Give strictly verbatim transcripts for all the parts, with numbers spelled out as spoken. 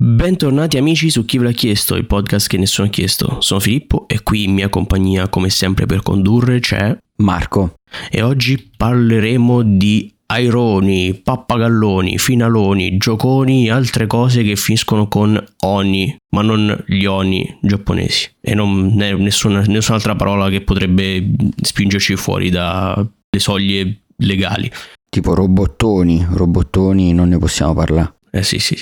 Bentornati amici su Chi ve l'ha chiesto, il podcast che nessuno ha chiesto. Sono Filippo e qui in mia compagnia, come sempre per condurre, c'è Marco. E oggi parleremo di aironi, pappagalloni, finaloni, gioconi e altre cose che finiscono con oni, ma non gli oni giapponesi. E non nessuna, nessun'altra parola che potrebbe spingerci fuori dalle soglie legali. Tipo robottoni, robottoni non ne possiamo parlare. Eh sì sì.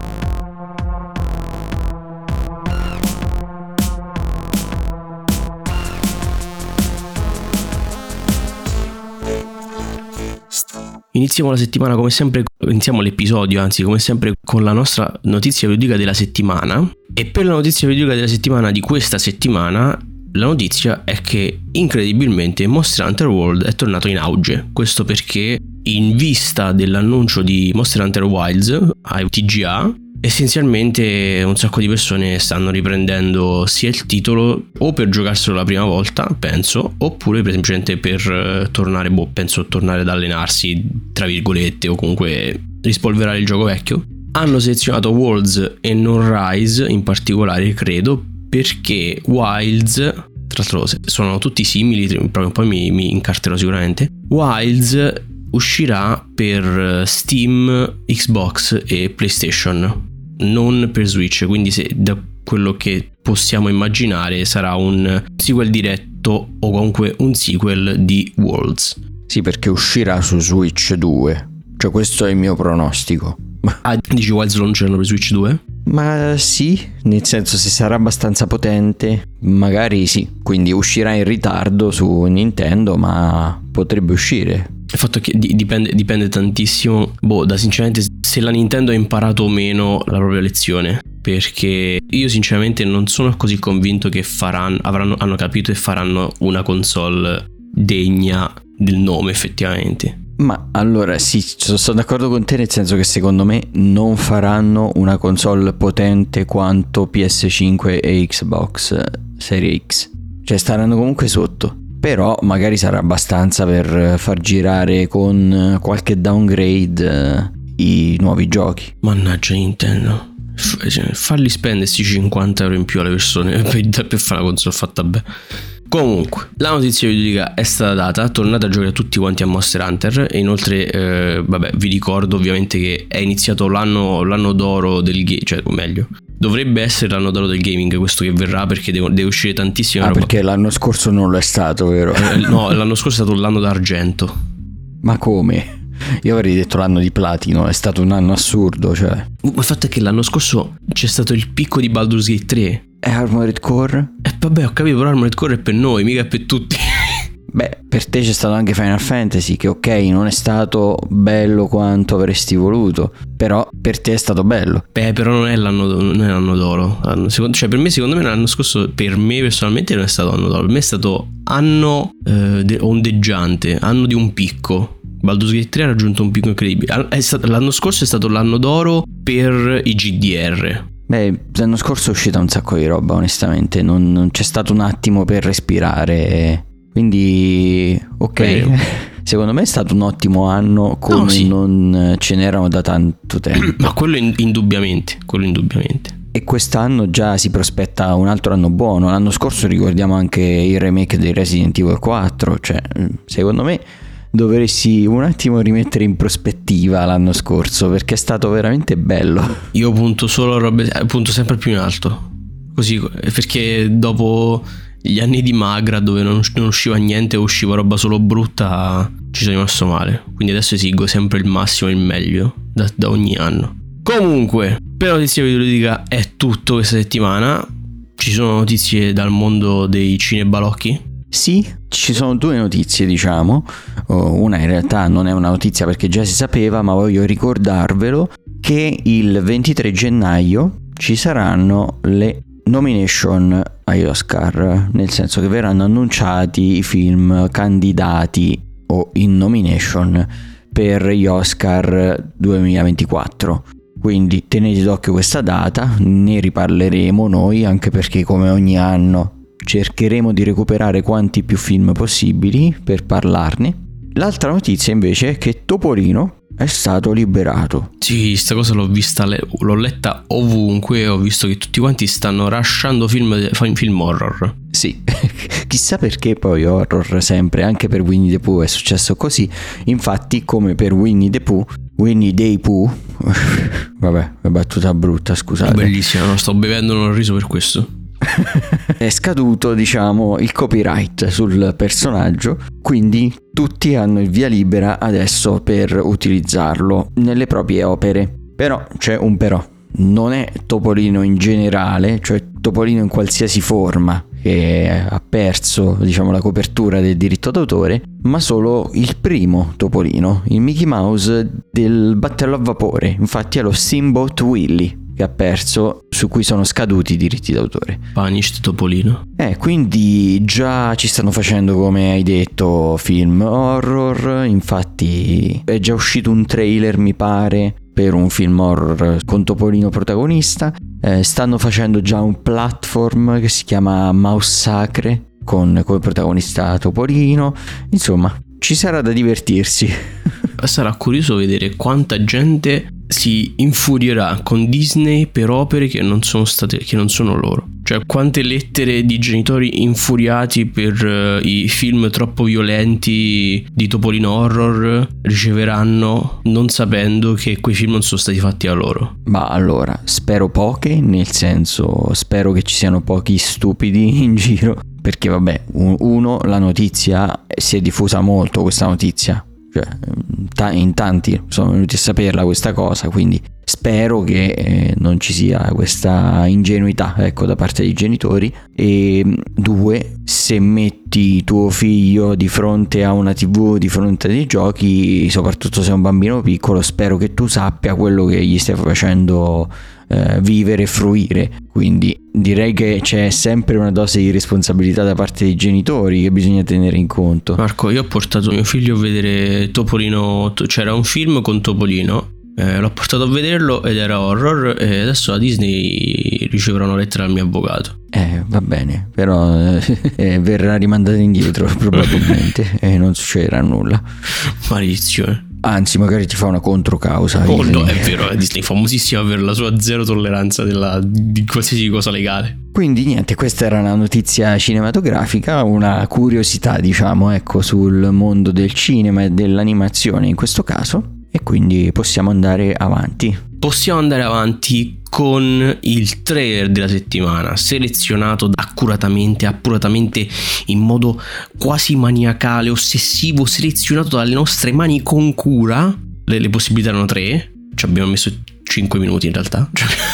Iniziamo la settimana come sempre, iniziamo l'episodio anzi come sempre con la nostra notizia videoludica della settimana. E per la notizia videoludica della settimana di questa settimana, la notizia è che incredibilmente Monster Hunter World è tornato in auge. Questo perché in vista dell'annuncio di Monster Hunter Wilds ai T G A, essenzialmente un sacco di persone stanno riprendendo sia il titolo o per giocarselo la prima volta, penso, oppure per semplicemente per tornare, boh, penso tornare ad allenarsi, tra virgolette, o comunque rispolverare il gioco vecchio. Hanno selezionato Worlds e non Rise in particolare, credo, perché Wilds, tra l'altro sono tutti simili, poi mi, mi incarterò sicuramente. Wilds uscirà per Steam, Xbox e PlayStation, non per Switch, quindi se, da quello che possiamo immaginare sarà un sequel diretto o comunque un sequel di Worlds. Sì, perché uscirà su Switch due, cioè questo è il mio pronostico. Ah, dici Wilds lo lanceranno per Switch due? Ma sì, nel senso, se sarà abbastanza potente, magari sì. Quindi uscirà in ritardo su Nintendo, ma potrebbe uscire. Il fatto che dipende, dipende tantissimo, boh, da sinceramente se la Nintendo ha imparato o meno la propria lezione. Perché io sinceramente non sono così convinto che faranno, avranno, hanno capito e faranno una console degna del nome effettivamente. Ma allora sì, sono d'accordo con te, nel senso che secondo me non faranno una console potente quanto P S cinque e Xbox Series X. Cioè staranno comunque sotto, però magari sarà abbastanza per far girare con qualche downgrade i nuovi giochi. Mannaggia Nintendo, farli spendersi cinquanta euro in più alle persone per, per fare una console fatta bene. Comunque, la notizia videoludica è stata data, tornate a giocare tutti quanti a Monster Hunter. E inoltre, eh, vabbè, vi ricordo ovviamente che è iniziato l'anno, l'anno d'oro del game, cioè, o meglio, dovrebbe essere l'anno d'oro del gaming questo che verrà, perché deve, deve uscire tantissimo. Ah, roba. Perché l'anno scorso non lo è stato, vero? Eh, no, l'anno scorso è stato l'anno d'argento. Ma come? Io avrei detto l'anno di platino, è stato un anno assurdo, cioè. Ma il fatto è che l'anno scorso c'è stato il picco di Baldur's Gate tre. E Armored Core? E eh, vabbè, ho capito, però Armored Core è per noi, mica per tutti. Beh, per te c'è stato anche Final Fantasy, che ok, non è stato bello quanto avresti voluto, però per te è stato bello. Beh, però non è l'anno, non è l'anno d'oro. Secondo, cioè per me, secondo me l'anno scorso, per me personalmente non è stato anno d'oro. Per me è stato anno eh, de- ondeggiante, anno di un picco. Baldur's Gate tre ha raggiunto un picco incredibile. È stato, l'anno scorso è stato l'anno d'oro per i G D R. Beh, l'anno scorso è uscita un sacco di roba, onestamente, non, non c'è stato un attimo per respirare, quindi ok. Vero. Secondo me è stato un ottimo anno, come no, sì. Non ce n'erano da tanto tempo. Ma quello indubbiamente, quello indubbiamente. E quest'anno già si prospetta un altro anno buono. L'anno scorso ricordiamo anche il remake di Resident Evil quattro, cioè secondo me dovresti un attimo rimettere in prospettiva l'anno scorso, perché è stato veramente bello. Io punto solo a robe, punto sempre più in alto, così, perché dopo gli anni di magra dove non, non usciva niente o usciva roba solo brutta, ci sono rimasto male. Quindi adesso esigo sempre il massimo e il meglio da, da ogni anno. Comunque, per la notizia videoludica è tutto questa settimana. Ci sono notizie dal mondo dei cinebalocchi? Sì, ci sono due notizie, diciamo. Una in realtà non è una notizia perché già si sapeva, ma voglio ricordarvelo che il ventitré gennaio ci saranno le nomination agli Oscar, nel senso che verranno annunciati i film candidati o in nomination per gli Oscar duemilaventiquattro. Quindi tenete d'occhio questa data, ne riparleremo noi, anche perché come ogni anno cercheremo di recuperare quanti più film possibili per parlarne. L'altra notizia invece è che Topolino è stato liberato. Sì, sta cosa l'ho vista, l'ho letta ovunque e ho visto che tutti quanti stanno rushando film, film horror. Sì, chissà perché poi horror sempre, anche per Winnie the Pooh è successo così. Infatti, come per Winnie the Pooh, Winnie the Pooh, vabbè, è battuta brutta, scusate. Bellissima, no? Sto bevendo, non ho riso per questo. È scaduto, diciamo, il copyright sul personaggio, quindi tutti hanno il via libera adesso per utilizzarlo nelle proprie opere. Però c'è un però, non è Topolino in generale, cioè Topolino in qualsiasi forma che ha perso, diciamo, la copertura del diritto d'autore, ma solo il primo Topolino, il Mickey Mouse del battello a vapore. Infatti è lo Steamboat Willie che ha perso, su cui sono scaduti i diritti d'autore. Punished Topolino. Eh, quindi già ci stanno facendo, come hai detto, film horror. Infatti è già uscito un trailer, mi pare, per un film horror con Topolino protagonista. Eh, stanno facendo già un platform che si chiama Mouse Sacre con come protagonista Topolino. Insomma, ci sarà da divertirsi. Sarà curioso vedere quanta gente si infurierà con Disney per opere che non sono state, che non sono loro. Cioè, quante lettere di genitori infuriati per uh, i film troppo violenti di Topolino horror riceveranno, non sapendo che quei film non sono stati fatti a loro. Ma allora, spero poche, nel senso, spero che ci siano pochi stupidi in giro, perché vabbè, uno, la notizia si è diffusa molto, questa notizia. Cioè, in tanti sono venuti a saperla questa cosa, quindi spero che eh, non ci sia questa ingenuità, ecco, da parte dei genitori. E due, se metti tuo figlio di fronte a una tivù, di fronte a dei giochi, soprattutto se è un bambino piccolo, spero che tu sappia quello che gli stai facendo eh, vivere e fruire. Quindi direi che c'è sempre una dose di responsabilità da parte dei genitori che bisogna tenere in conto. Marco, io ho portato mio figlio a vedere Topolino, c'era un film con Topolino, eh, l'ho portato a vederlo ed era horror, e adesso la Disney riceverà una lettera dal mio avvocato. Eh, va bene, però eh, verrà rimandata indietro probabilmente e non succederà nulla. Maledizione. Anzi, magari ti fa una controcausa. Oh no, è vero, è Disney famosissima per la sua zero tolleranza della, di qualsiasi cosa legale. Quindi niente, questa era una notizia cinematografica, una curiosità, diciamo, ecco, sul mondo del cinema e dell'animazione in questo caso. E quindi possiamo andare avanti. Possiamo andare avanti con il trailer della settimana, selezionato accuratamente, accuratamente in modo quasi maniacale, ossessivo, selezionato dalle nostre mani con cura. Le, le possibilità erano tre, ci abbiamo messo cinque minuti in realtà.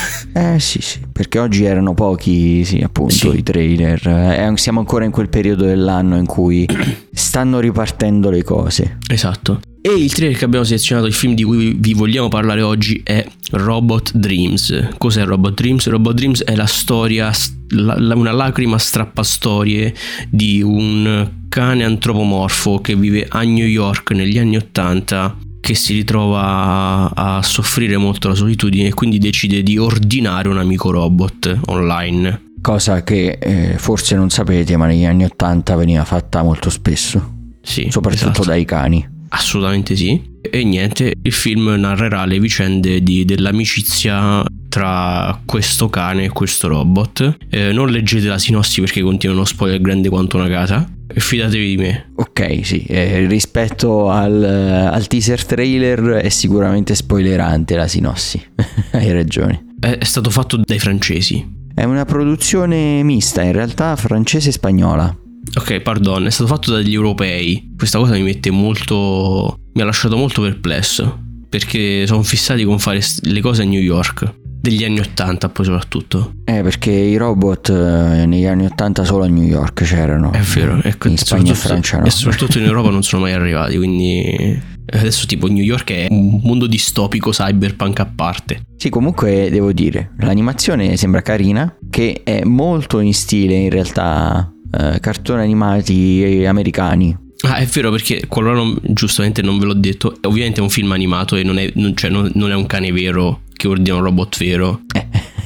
Eh sì sì, perché oggi erano pochi, sì, appunto, sì. I trailer. Eh, siamo ancora in quel periodo dell'anno in cui stanno ripartendo le cose. Esatto. E il trailer che abbiamo selezionato, il film di cui vi vogliamo parlare oggi, è Robot Dreams. Cos'è Robot Dreams? Robot Dreams è la storia, la, la, una lacrima strappastorie di un cane antropomorfo che vive a New York negli anni ottanta, che si ritrova a, a soffrire molto la solitudine e quindi decide di ordinare un amico robot online. Cosa che eh, forse non sapete, ma negli anni ottanta veniva fatta molto spesso. Sì, soprattutto esatto. Dai cani. Assolutamente sì. E niente, il film narrerà le vicende di, dell'amicizia tra questo cane e questo robot. Eh, non leggete la sinossi perché contiene uno spoiler grande quanto una casa. E fidatevi di me. Ok, sì, eh, rispetto al, al teaser trailer è sicuramente spoilerante la sinossi. Hai ragione. È, è stato fatto dai francesi. È una produzione mista, in realtà, francese e spagnola. Ok, pardon, è stato fatto dagli europei. Questa cosa mi mette molto... mi ha lasciato molto perplesso, perché sono fissati con fare le cose a New York degli anni ottanta, poi soprattutto. Eh, perché i robot eh, negli anni ottanta solo a New York c'erano. È vero, ecco, in Spagna e Francia no. E soprattutto in Europa non sono mai arrivati, quindi adesso tipo New York è un mondo distopico cyberpunk a parte. Sì, comunque devo dire, l'animazione sembra carina, che è molto in stile in realtà eh, cartoni animati americani. Ah, è vero, perché qualora non, giustamente non ve l'ho detto, ovviamente è un film animato e non è, non, cioè, non, non è un cane vero che ordina un robot vero. Eh.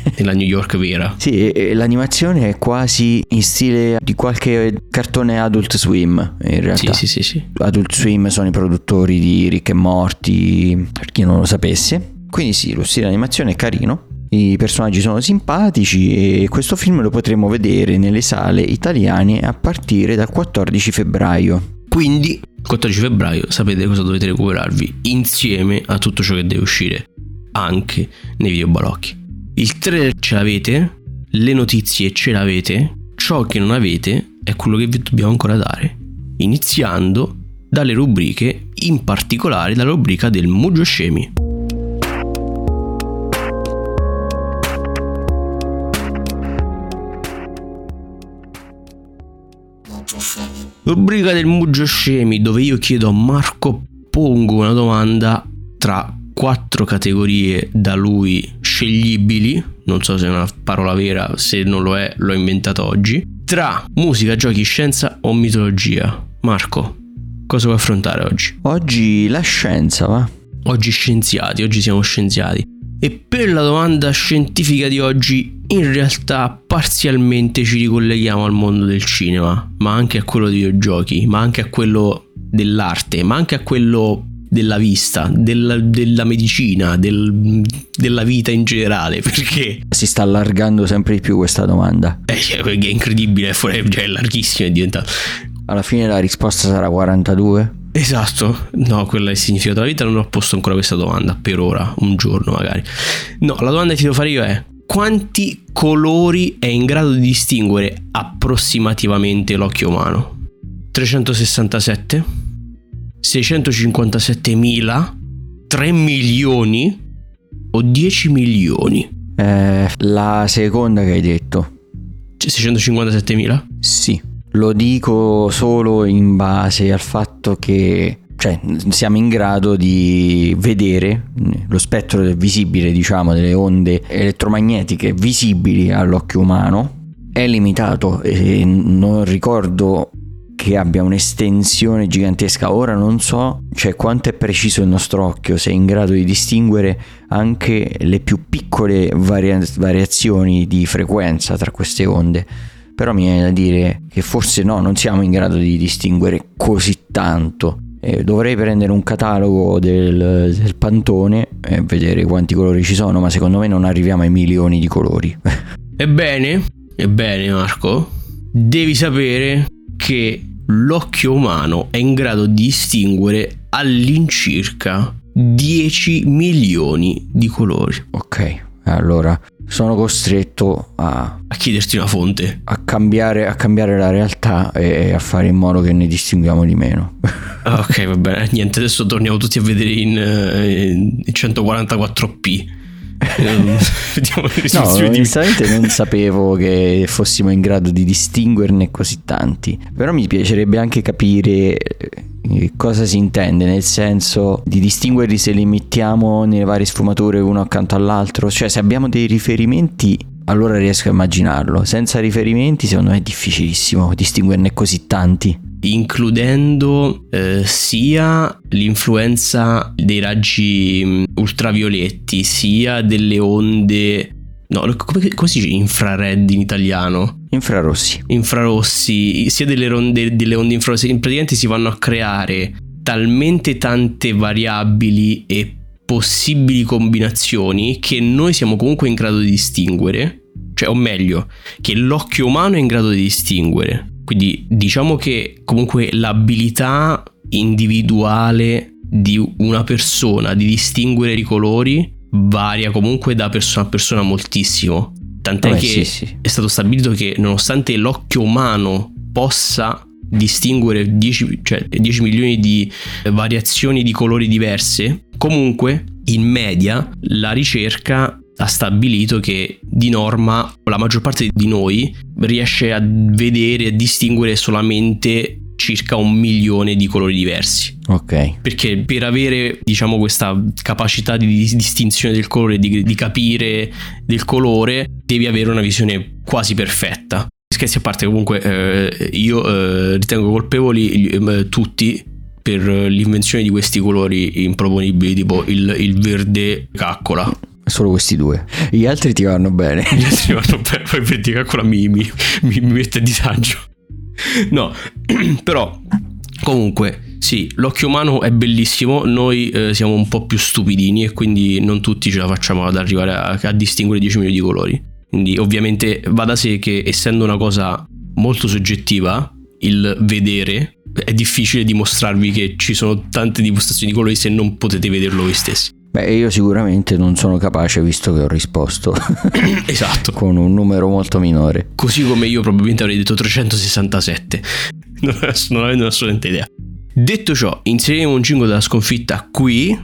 nella New York vera. Sì, e l'animazione è quasi in stile di qualche cartone Adult Swim, in realtà. Sì, sì, sì, sì. Adult Swim sono i produttori di Rick e Morty, per chi non lo sapesse. Quindi sì, lo stile animazione è carino, i personaggi sono simpatici e questo film lo potremo vedere nelle sale italiane a partire dal quattordici febbraio. Quindi quattordici febbraio sapete cosa dovete recuperarvi insieme a tutto ciò che deve uscire anche nei videobalocchi. Il trailer ce l'avete, le notizie ce l'avete, ciò che non avete è quello che vi dobbiamo ancora dare, iniziando dalle rubriche, in particolare dalla rubrica del Mugio Scemi. Rubrica del Mugio Scemi, dove io chiedo a Marco, pongo una domanda tra quattro categorie da lui sceglibili, non so se è una parola vera, se non lo è l'ho inventato oggi, tra musica, giochi, scienza o mitologia. Marco, cosa vuoi affrontare oggi? Oggi la scienza, va? Oggi scienziati, oggi siamo scienziati. E per la domanda scientifica di oggi, in realtà parzialmente ci ricolleghiamo al mondo del cinema, ma anche a quello dei videogiochi, ma anche a quello dell'arte, ma anche a quello della vista, della, della medicina, del, della vita in generale, perché si sta allargando sempre di più questa domanda. Eh, è incredibile, è, cioè, è larghissima, è diventato. Alla fine la risposta sarà quarantadue? Esatto, no, quella è il significato della vita. Non ho posto ancora questa domanda per ora, un giorno magari. No, la domanda che ti devo fare io è: quanti colori è in grado di distinguere approssimativamente l'occhio umano? trecentosessantasette? seicentocinquantasettemila? tre milioni? O dieci milioni? Eh, la seconda che hai detto. seicentocinquantasettemila? Sì. Lo dico solo in base al fatto che, cioè, siamo in grado di vedere lo spettro visibile, diciamo, delle onde elettromagnetiche visibili all'occhio umano. È limitato e non ricordo che abbia un'estensione gigantesca. Ora non so, cioè, quanto è preciso il nostro occhio, se è in grado di distinguere anche le più piccole varia- variazioni di frequenza tra queste onde. Però mi viene da dire che forse no, non siamo in grado di distinguere così tanto. Eh, dovrei prendere un catalogo del, del Pantone e vedere quanti colori ci sono, ma secondo me non arriviamo ai milioni di colori. Ebbene, ebbene Marco, devi sapere che l'occhio umano è in grado di distinguere all'incirca dieci milioni di colori. Ok, allora sono costretto a a chiederti una fonte, a cambiare, a cambiare la realtà e a fare in modo che ne distinguiamo di meno. Ok, va bene, niente, adesso torniamo tutti a vedere in, in centoquarantaquattro p. No, onestamente non sapevo che fossimo in grado di distinguerne così tanti, però mi piacerebbe anche capire cosa si intende, nel senso di distinguerli se li mettiamo nelle varie sfumature uno accanto all'altro. Cioè, se abbiamo dei riferimenti allora riesco a immaginarlo, senza riferimenti secondo me è difficilissimo distinguerne così tanti, includendo eh, sia l'influenza dei raggi ultravioletti, sia delle onde, no, come, come si dice infrared in italiano? Infrarossi. Infrarossi, sia delle onde, delle onde infrarossi. Praticamente si vanno a creare talmente tante variabili e possibili combinazioni che noi siamo comunque in grado di distinguere, cioè, o meglio, che l'occhio umano è in grado di distinguere. Quindi diciamo che comunque l'abilità individuale di una persona di distinguere i colori varia comunque da persona a persona moltissimo. Tant'è Vabbè, che sì, sì. è stato stabilito che nonostante l'occhio umano possa distinguere dieci, cioè dieci milioni di variazioni di colori diverse, comunque in media la ricerca ha stabilito che di norma la maggior parte di noi riesce a vedere e distinguere solamente circa un milione di colori diversi. Ok. Perché per avere, diciamo, questa capacità di distinzione del colore, di, di capire del colore, devi avere una visione quasi perfetta. Scherzi a parte, comunque eh, io eh, ritengo colpevoli eh, tutti per l'invenzione di questi colori improponibili, tipo il, il verde caccola. Solo questi due. Gli altri ti vanno bene. Gli altri vanno bene, poi per dire che mi, mi, mi, mi mette a disagio. No, però comunque sì, l'occhio umano è bellissimo. Noi eh, siamo un po' più stupidini e quindi non tutti ce la facciamo ad arrivare a, a distinguere dieci milioni di colori. Quindi ovviamente va da sé che, essendo una cosa molto soggettiva, il vedere, è difficile dimostrarvi che ci sono tante dimostrazioni di colori se non potete vederlo voi stessi. Beh, io sicuramente non sono capace, visto che ho risposto esatto, con un numero molto minore. Così come io probabilmente avrei detto trecentosessantasette, non, non avendo assolutamente idea. Detto ciò, inseriremo un jingle della sconfitta qui.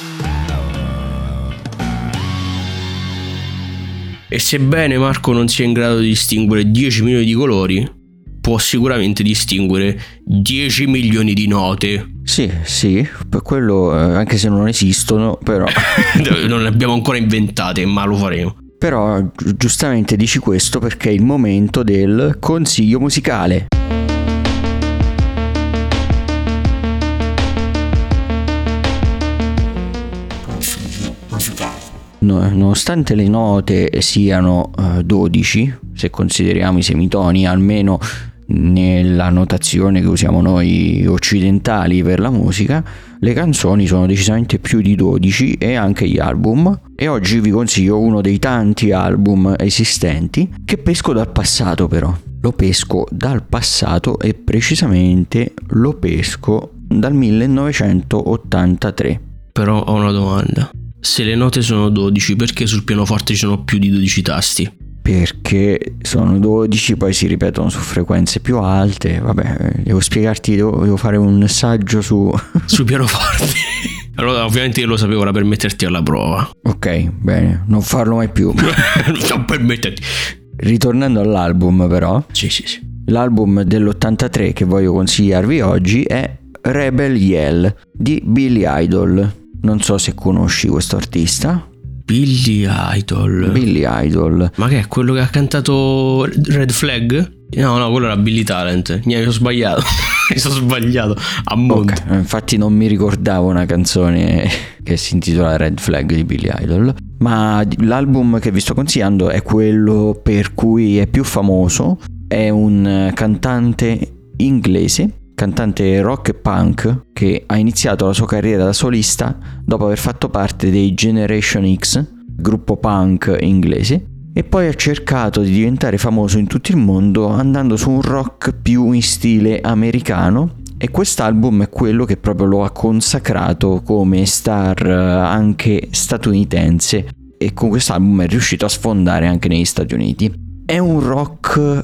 E sebbene Marco non sia in grado di distinguere dieci milioni di colori, può sicuramente distinguere dieci milioni di note. Sì, sì, per quello, anche se non esistono, però non le abbiamo ancora inventate, ma lo faremo. Però giustamente dici questo perché è il momento del consiglio musicale. No, nonostante le note siano uh, dodici, se consideriamo i semitoni, almeno nella notazione che usiamo noi occidentali per la musica, le canzoni sono decisamente più di dodici e anche gli album. E oggi vi consiglio uno dei tanti album esistenti che pesco dal passato. Però lo pesco dal passato e precisamente lo pesco dal millenovecentottantatré. Però ho una domanda: se le note sono dodici, perché sul pianoforte ci sono più di dodici tasti? Perché sono dodici, poi si ripetono su frequenze più alte. Vabbè, devo spiegarti, devo, devo fare un saggio su sul pianoforte. Allora ovviamente io lo sapevo, ora per metterti alla prova. Ok, bene, non farlo mai più. Non permetterti. Ritornando all'album però, Sì sì sì l'album dell'ottantatré che voglio consigliarvi oggi è Rebel Yell di Billy Idol. Non so se conosci questo artista. Billy Idol. Billy Idol. Ma che è quello che ha cantato Red Flag? No, no, quello era Billy Talent. Mi sono sbagliato. Mi sono sbagliato a monte. Okay, infatti non mi ricordavo una canzone che si intitola Red Flag di Billy Idol. Ma l'album che vi sto consigliando è quello per cui è più famoso. È un cantante inglese, cantante rock e punk, che ha iniziato la sua carriera da solista dopo aver fatto parte dei Generation X, gruppo punk inglese, e poi ha cercato di diventare famoso in tutto il mondo andando su un rock più in stile americano, e quest'album è quello che proprio lo ha consacrato come star anche statunitense, e con quest'album è riuscito a sfondare anche negli Stati Uniti. È un rock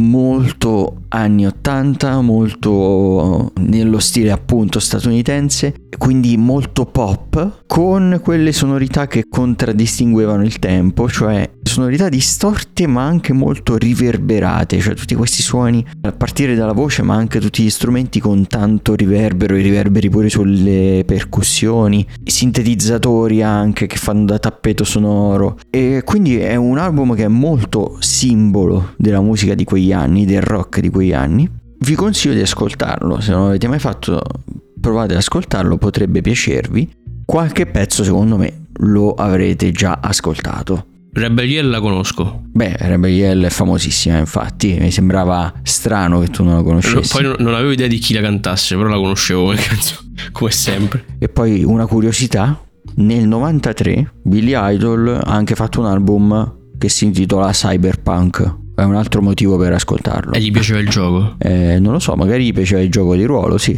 molto anni ottanta, molto nello stile appunto statunitense, quindi molto pop, con quelle sonorità che contraddistinguevano il tempo, cioè sonorità distorte ma anche molto riverberate, cioè tutti questi suoni a partire dalla voce ma anche tutti gli strumenti con tanto riverbero, i riverberi pure sulle percussioni, i sintetizzatori anche che fanno da tappeto sonoro. E quindi è un album che è molto simbolo della musica di quegli anni, del rock di quegli anni. Vi consiglio di ascoltarlo, se non l'avete mai fatto provate ad ascoltarlo, potrebbe piacervi. Qualche pezzo secondo me lo avrete già ascoltato. Rebel Yell la conosco. Beh, Rebel Yell è famosissima, infatti mi sembrava strano che tu non la conoscessi. Poi non avevo idea di chi la cantasse, però la conoscevo come canzone, come sempre. E poi una curiosità: nel novantatré Billy Idol ha anche fatto un album che si intitola Cyberpunk. È un altro motivo per ascoltarlo. E gli piaceva il gioco? Eh, non lo so, magari gli piaceva il gioco di ruolo, sì.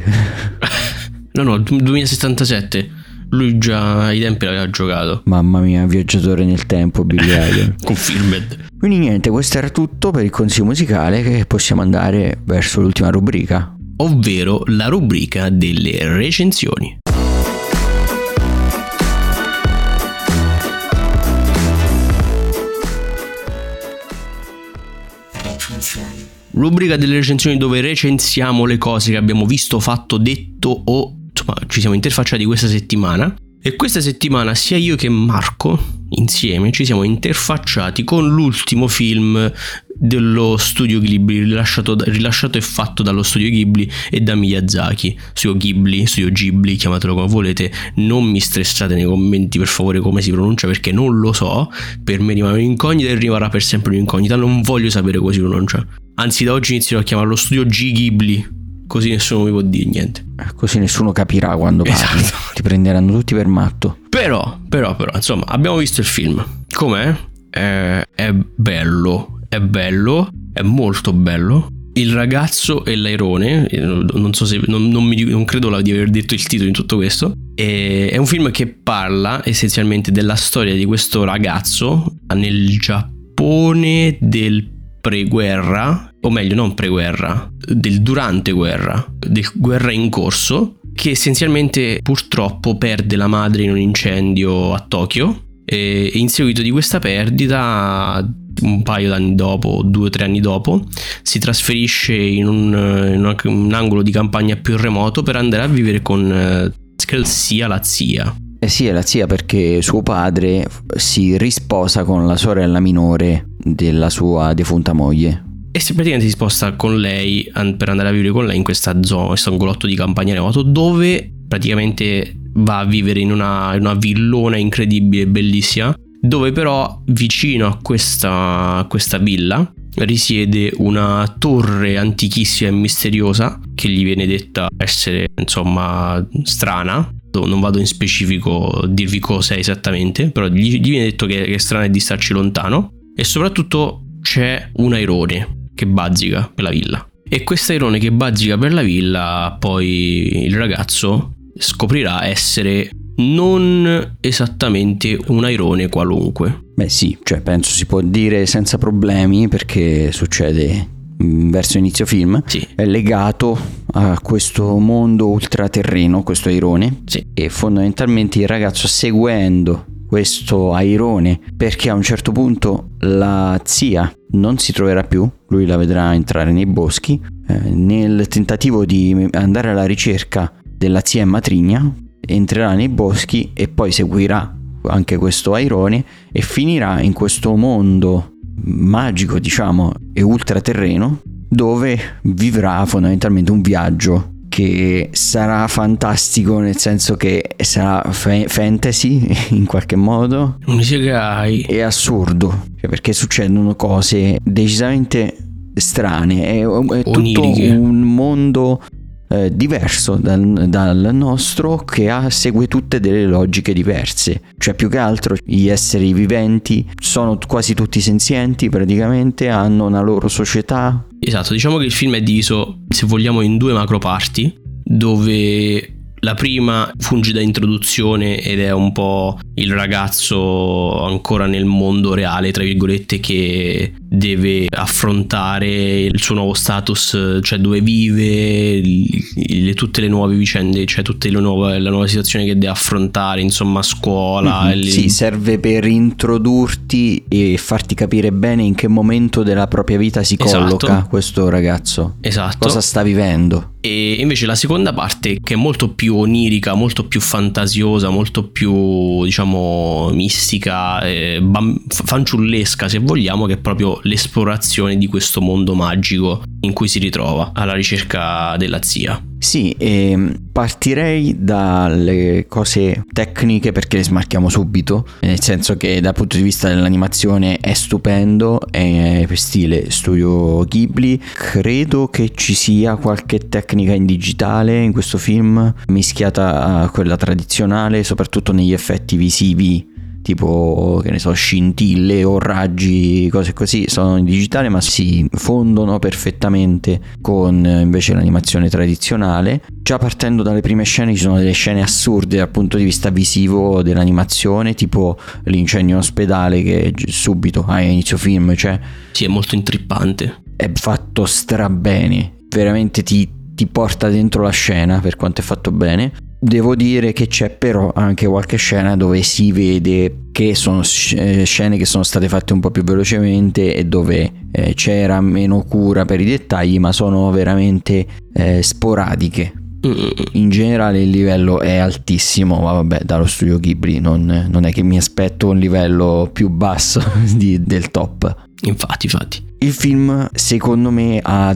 No, no, duemilasettantasette. Lui già ai tempi l'aveva giocato. Mamma mia, viaggiatore nel tempo Billy Idol. Confirmed. Quindi niente, questo era tutto per il consiglio musicale, che possiamo andare verso l'ultima rubrica, ovvero la rubrica delle recensioni. Rubrica delle recensioni, dove recensiamo le cose che abbiamo visto, fatto, detto o insomma ci siamo interfacciati questa settimana. E questa settimana sia io che Marco insieme ci siamo interfacciati con l'ultimo film dello studio Ghibli, rilasciato, rilasciato e fatto dallo studio Ghibli e da Miyazaki. Studio Ghibli, studio Ghibli, chiamatelo come volete, non mi stressate nei commenti per favore come si pronuncia, perché non lo so, per me rimane un'incognita e rimarrà per sempre un'incognita, non voglio sapere come si pronuncia. Anzi, da oggi inizierò a chiamarlo studio G Ghibli, così nessuno mi può dire niente. Così nessuno capirà quando parli. Esatto. Ti prenderanno tutti per matto. Però, però, però, insomma, abbiamo visto il film. Com'è? È, è bello, è bello, è molto bello. Il ragazzo e l'airone, non so se, non, non, mi, non credo di aver detto il titolo in tutto questo. E, è un film che parla essenzialmente della storia di questo ragazzo nel Giappone del preguerra, o meglio non preguerra, del durante guerra, del guerra in corso, che essenzialmente purtroppo perde la madre in un incendio a Tokyo e in seguito di questa perdita, un paio d'anni dopo, due o tre anni dopo, si trasferisce in un, in una, un angolo di campagna più remoto per andare a vivere con credo sia la zia. Eh sì, è la zia, perché suo padre si risposa con la sorella minore della sua defunta moglie. E si praticamente si sposta con lei per andare a vivere con lei in questa zona, questo angolotto di campagna remoto, dove praticamente va a vivere in una, in una villona incredibile, bellissima, dove però vicino a questa, a questa villa risiede una torre antichissima e misteriosa che gli viene detta essere insomma strana. Non vado in specifico a dirvi cosa è esattamente, però gli, gli viene detto che, che è strana e di starci lontano, e soprattutto c'è un airone che bazzica per la villa, e questo airone che bazzica per la villa poi il ragazzo scoprirà essere non esattamente un airone qualunque. Beh sì, cioè penso si può dire senza problemi, perché succede verso inizio film. Sì. È legato a questo mondo ultraterreno, questo airone. Sì. E fondamentalmente il ragazzo, seguendo questo airone, perché a un certo punto la zia non si troverà più, lui la vedrà entrare nei boschi, eh, nel tentativo di andare alla ricerca della zia matrigna, entrerà nei boschi e poi seguirà anche questo airone e finirà in questo mondo magico, diciamo, e ultraterreno, dove vivrà fondamentalmente un viaggio che sarà fantastico, nel senso che sarà fa- fantasy in qualche modo, un isekai, e assurdo, cioè perché succedono cose decisamente strane, è, è tutto un mondo eh, diverso dal, dal nostro, che ha, segue tutte delle logiche diverse. Cioè più che altro gli esseri viventi sono quasi tutti senzienti, praticamente hanno una loro società. Esatto, diciamo che il film è diviso, se vogliamo, in due macro parti, dove la prima funge da introduzione ed è un po' il ragazzo ancora nel mondo reale, tra virgolette, che deve affrontare il suo nuovo status, cioè dove vive, le, tutte le nuove vicende, cioè tutte le nuove, la nuova situazione che deve affrontare, insomma, a scuola. Mm-hmm. Le... Sì, serve per introdurti e farti capire bene in che momento della propria vita si colloca, esatto, questo ragazzo. Esatto. Cosa sta vivendo. E invece la seconda parte, che è molto più onirica, molto più fantasiosa, molto più, diciamo, mistica, eh, bam- fanciullesca se vogliamo, che è proprio l'esplorazione di questo mondo magico in cui si ritrova alla ricerca della zia. Sì, e partirei dalle cose tecniche, perché le smarchiamo subito, nel senso che dal punto di vista dell'animazione è stupendo, è stile studio Ghibli. Credo che ci sia qualche tecnica in digitale in questo film, mischiata a quella tradizionale, soprattutto negli effetti visivi, tipo, che ne so, scintille o raggi, cose così, sono in digitale ma si fondono perfettamente con invece l'animazione tradizionale. Già partendo dalle prime scene ci sono delle scene assurde dal punto di vista visivo dell'animazione, tipo l'incendio in ospedale che subito a inizio film, cioè sì, è molto intrippante, è fatto strabene, veramente ti, ti porta dentro la scena per quanto è fatto bene. Devo dire che c'è però anche qualche scena dove si vede che sono scene che sono state fatte un po' più velocemente e dove eh, c'era meno cura per i dettagli, ma sono veramente eh, sporadiche. In generale il livello è altissimo, ma vabbè, dallo studio Ghibli non, non è che mi aspetto un livello più basso di, del top. Infatti, infatti. Il film secondo me ha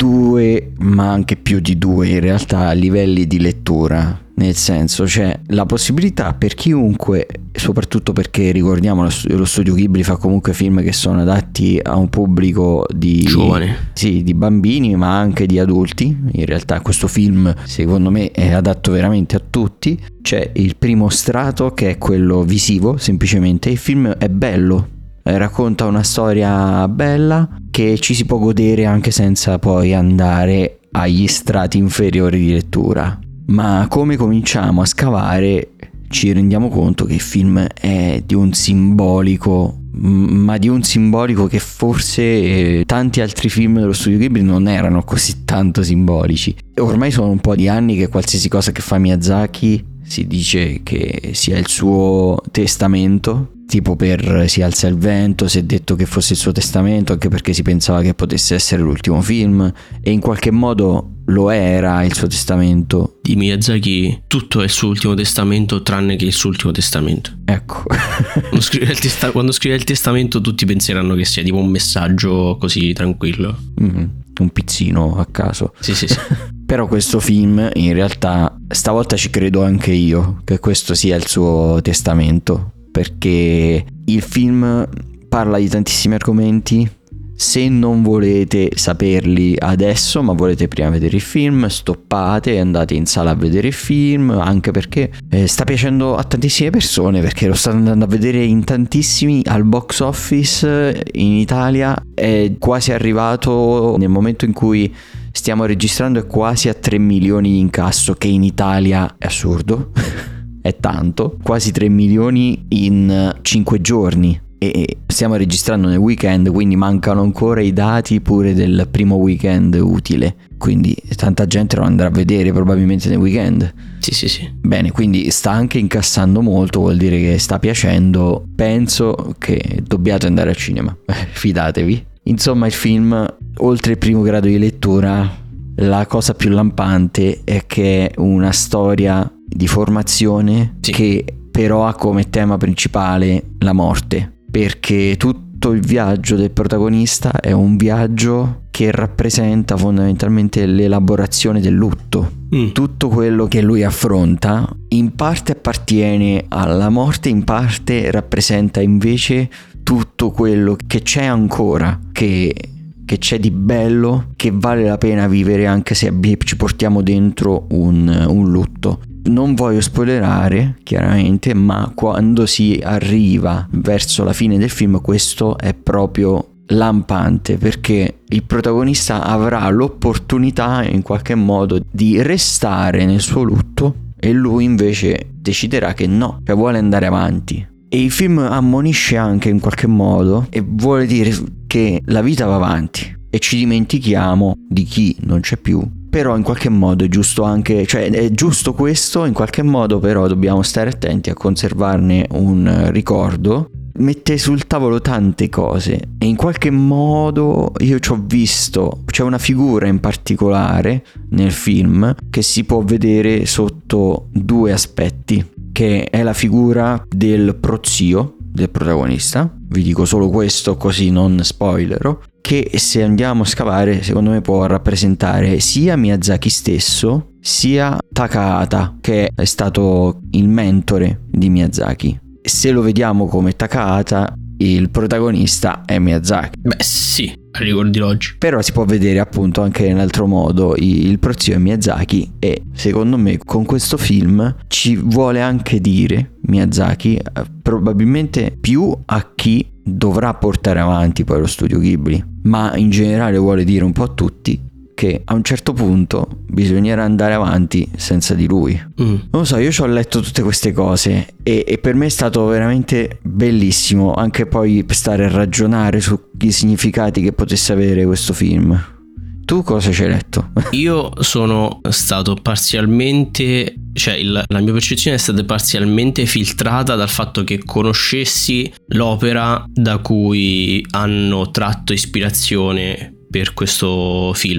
due, ma anche più di due in realtà, livelli di lettura. Nel senso, c'è la possibilità per chiunque, soprattutto perché ricordiamo lo studio Ghibli fa comunque film che sono adatti a un pubblico di giovane, sì, di bambini ma anche di adulti. In realtà questo film secondo me è adatto veramente a tutti. C'è il primo strato che è quello visivo, semplicemente il film è bello, racconta una storia bella che ci si può godere anche senza poi andare agli strati inferiori di lettura. Ma come cominciamo a scavare ci rendiamo conto che il film è di un simbolico, ma di un simbolico che forse eh, tanti altri film dello studio Ghibli non erano così tanto simbolici. Ormai sono un po' di anni che qualsiasi cosa che fa Miyazaki si dice che sia il suo testamento. Tipo per Si alza il vento si è detto che fosse il suo testamento, anche perché si pensava che potesse essere l'ultimo film, e in qualche modo lo era il suo testamento. Di Miyazaki tutto è il suo ultimo testamento tranne che il suo ultimo testamento. Ecco. Quando scrive il, testa- quando scrive il testamento tutti penseranno che sia tipo un messaggio così tranquillo. Mm, un pizzino a caso. Sì sì sì. Però questo film in realtà stavolta ci credo anche io che questo sia il suo testamento, perché il film parla di tantissimi argomenti. Se non volete saperli adesso ma volete prima vedere il film, stoppate e andate in sala a vedere il film, anche perché eh, sta piacendo a tantissime persone, perché lo stanno andando a vedere in tantissimi al box office in Italia. È quasi arrivato, nel momento in cui stiamo registrando, è quasi a tre milioni di incasso, che in Italia è assurdo. È tanto, quasi tre milioni in cinque giorni, e stiamo registrando nel weekend, quindi mancano ancora i dati pure del primo weekend utile, quindi tanta gente lo andrà a vedere probabilmente nel weekend. Sì sì sì. Bene, quindi sta anche incassando molto, vuol dire che sta piacendo. Penso che dobbiate andare al cinema, fidatevi. Insomma, il film, oltre il primo grado di lettura, la cosa più lampante è che è una storia di formazione, sì, che però ha come tema principale la morte, perché tutto il viaggio del protagonista è un viaggio che rappresenta fondamentalmente l'elaborazione del lutto. Mm. Tutto quello che lui affronta in parte appartiene alla morte, in parte rappresenta invece tutto quello che c'è ancora, che che c'è di bello, che vale la pena vivere anche se ci portiamo dentro un, un lutto. Non voglio spoilerare chiaramente, ma quando si arriva verso la fine del film questo è proprio lampante, perché il protagonista avrà l'opportunità in qualche modo di restare nel suo lutto e lui invece deciderà che no, che vuole andare avanti. E il film ammonisce anche in qualche modo e vuole dire che la vita va avanti e ci dimentichiamo di chi non c'è più. Però in qualche modo è giusto anche, cioè è giusto questo, in qualche modo però dobbiamo stare attenti a conservarne un ricordo. Mette sul tavolo tante cose e in qualche modo io ci ho visto, c'è una figura in particolare nel film che si può vedere sotto due aspetti, che è la figura del prozio del protagonista. Vi dico solo questo così non spoilerò, che se andiamo a scavare secondo me può rappresentare sia Miyazaki stesso sia Takahata, che è stato il mentore di Miyazaki. Se lo vediamo come Takahata, il protagonista è Miyazaki. Beh sì, ricordi l'oggi. Però si può vedere appunto anche in altro modo, il prozio è Miyazaki, e secondo me con questo film ci vuole anche dire Miyazaki, probabilmente più a chi dovrà portare avanti poi lo studio Ghibli, ma in generale vuole dire un po' a tutti che a un certo punto bisognerà andare avanti senza di lui. Mm. Non lo so, io ci ho letto tutte queste cose e, e per me è stato veramente bellissimo anche poi stare a ragionare sugli significati che potesse avere questo film. Tu cosa ci hai letto? Io sono stato parzialmente, cioè il, la mia percezione è stata parzialmente filtrata dal fatto che conoscessi l'opera da cui hanno tratto ispirazione per questo film,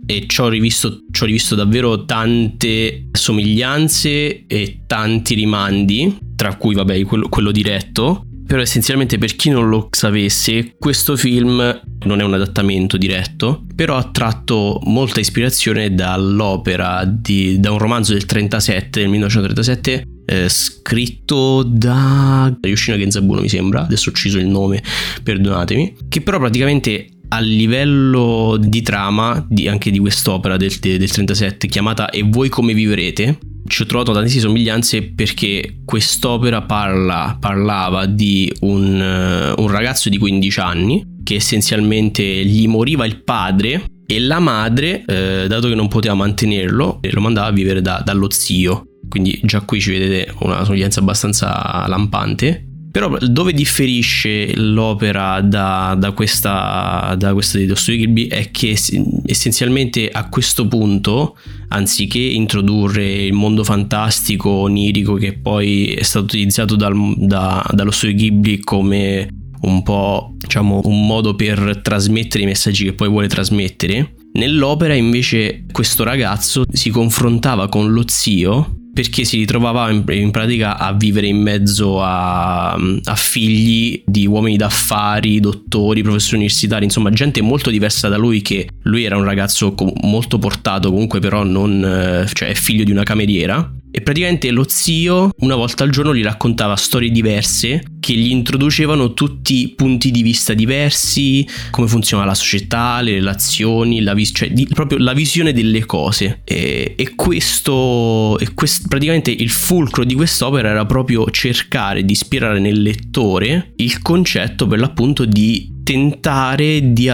e ci ho rivisto, ci ho rivisto davvero tante somiglianze e tanti rimandi, tra cui vabbè quello, quello diretto. Però essenzialmente, per chi non lo sapesse, questo film non è un adattamento diretto, però ha tratto molta ispirazione dall'opera di, da un romanzo del trentasette, del millenovecentotrentasette, eh, scritto da Yoshino Genzabuno, mi sembra, adesso ho ucciso il nome, perdonatemi, che però praticamente a livello di trama di, anche di quest'opera del, del trentasette, chiamata E voi come vivrete, ci ho trovato tantissime somiglianze, perché quest'opera parla, parlava di un, uh, un ragazzo di quindici anni che essenzialmente gli moriva il padre, e la madre, eh, dato che non poteva mantenerlo, lo mandava a vivere da, dallo zio. Quindi già qui ci vedete una somiglianza abbastanza lampante. Però dove differisce l'opera da, da questa da questa di Dostoevsky è che essenzialmente a questo punto, anziché introdurre il mondo fantastico onirico che poi è stato utilizzato dal, da, dallo Studio Ghibli come un po', diciamo, un modo per trasmettere i messaggi che poi vuole trasmettere, nell'opera invece questo ragazzo si confrontava con lo zio, perché si ritrovava in, in pratica a vivere in mezzo a, a figli di uomini d'affari, dottori, professori universitari, insomma gente molto diversa da lui, che lui era un ragazzo molto portato comunque, però non, cioè è figlio di una cameriera. E praticamente lo zio una volta al giorno gli raccontava storie diverse che gli introducevano tutti punti di vista diversi, come funziona la società, le relazioni, la vis- cioè di, proprio la visione delle cose. E, e questo, e quest, praticamente il fulcro di quest'opera era proprio cercare di ispirare nel lettore il concetto, per l'appunto, di tentare di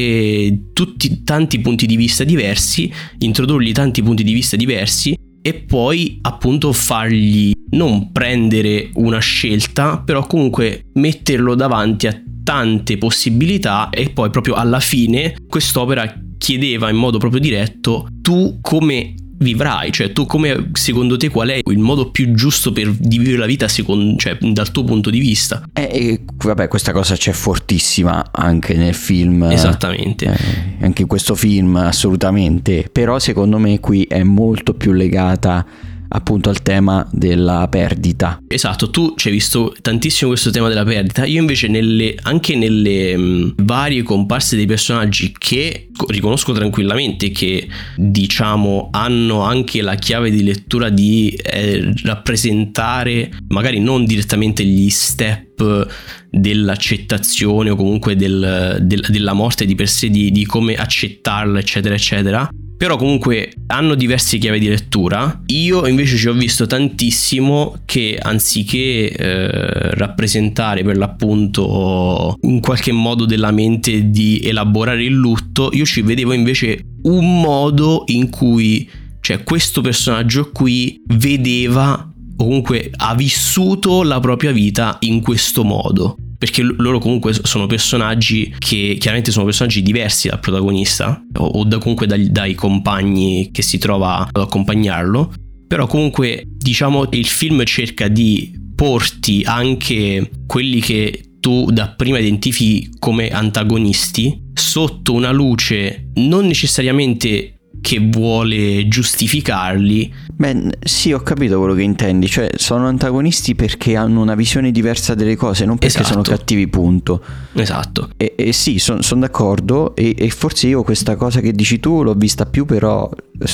avere tutti tanti punti di vista diversi, introdurgli tanti punti di vista diversi, e poi appunto fargli non prendere una scelta, però comunque metterlo davanti a tante possibilità. E poi proprio alla fine quest'opera chiedeva in modo proprio diretto: tu come vivrai, cioè tu come, secondo te, qual è il modo più giusto per di vivere la vita secondo, cioè dal tuo punto di vista. E eh, vabbè, questa cosa c'è fortissima anche nel film, esattamente, eh, anche in questo film assolutamente, però secondo me qui è molto più legata appunto al tema della perdita. Esatto, tu ci hai visto tantissimo questo tema della perdita. Io invece nelle, anche nelle mh, varie comparse dei personaggi, che riconosco tranquillamente che diciamo hanno anche la chiave di lettura di eh, rappresentare magari non direttamente gli step dell'accettazione o comunque del, del, della morte di per sé, di, di come accettarla eccetera eccetera, però comunque hanno diverse chiavi di lettura. Io invece ci ho visto tantissimo che anziché eh, rappresentare per l'appunto in qualche modo della mente di elaborare il lutto, io ci vedevo invece un modo in cui, cioè, questo personaggio qui vedeva o comunque ha vissuto la propria vita in questo modo, perché loro comunque sono personaggi che chiaramente sono personaggi diversi dal protagonista o, o da comunque dai, dai compagni che si trova ad accompagnarlo, però comunque diciamo il film cerca di porti anche quelli che tu dapprima identifichi come antagonisti sotto una luce non necessariamente che vuole giustificarli. Beh, sì, ho capito quello che intendi, cioè sono antagonisti perché hanno una visione diversa delle cose, non perché esatto. sono cattivi, punto. Esatto. E, e sì, sono son d'accordo, e, e forse io questa cosa che dici tu l'ho vista più però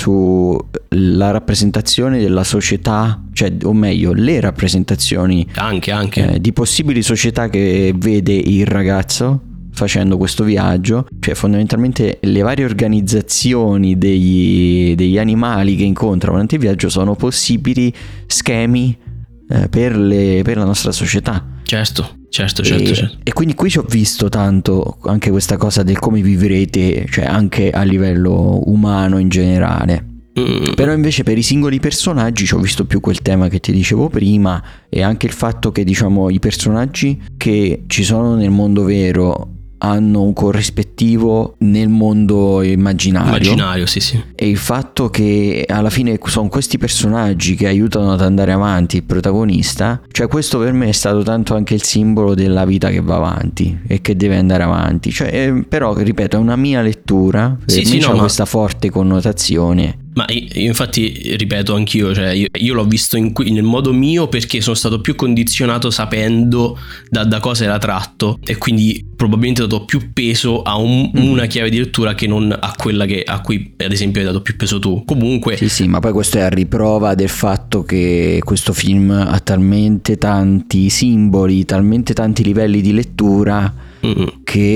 sulla rappresentazione della società, cioè o meglio le rappresentazioni anche, anche. Eh, di possibili società che vede il ragazzo facendo questo viaggio, cioè fondamentalmente le varie organizzazioni degli, degli animali che incontrano durante il viaggio sono possibili schemi eh, per, le, per la nostra società. Certo, certo, certo, e, certo. E quindi qui ci ho visto tanto anche questa cosa del come vivrete, cioè anche a livello umano in generale. Mm. Però invece per i singoli personaggi ci ho visto più quel tema che ti dicevo prima, e anche il fatto che diciamo i personaggi che ci sono nel mondo vero hanno un corrispettivo nel mondo immaginario. Immaginario, sì, sì. E il fatto che alla fine sono questi personaggi che aiutano ad andare avanti il protagonista, cioè questo per me è stato tanto anche il simbolo della vita che va avanti e che deve andare avanti. Cioè, eh, però, ripeto, è una mia lettura, per sì, me sì, c'ha no, questa ma... forte connotazione. Ma io infatti ripeto anch'io, cioè io, io l'ho visto in, nel modo mio perché sono stato più condizionato sapendo da, da cosa era tratto, e quindi probabilmente ho dato più peso a un, mm. una chiave di lettura che non a quella che, a cui ad esempio hai dato più peso tu. Comunque sì sì, ma poi questo è a riprova del fatto che questo film ha talmente tanti simboli, talmente tanti livelli di lettura, mm.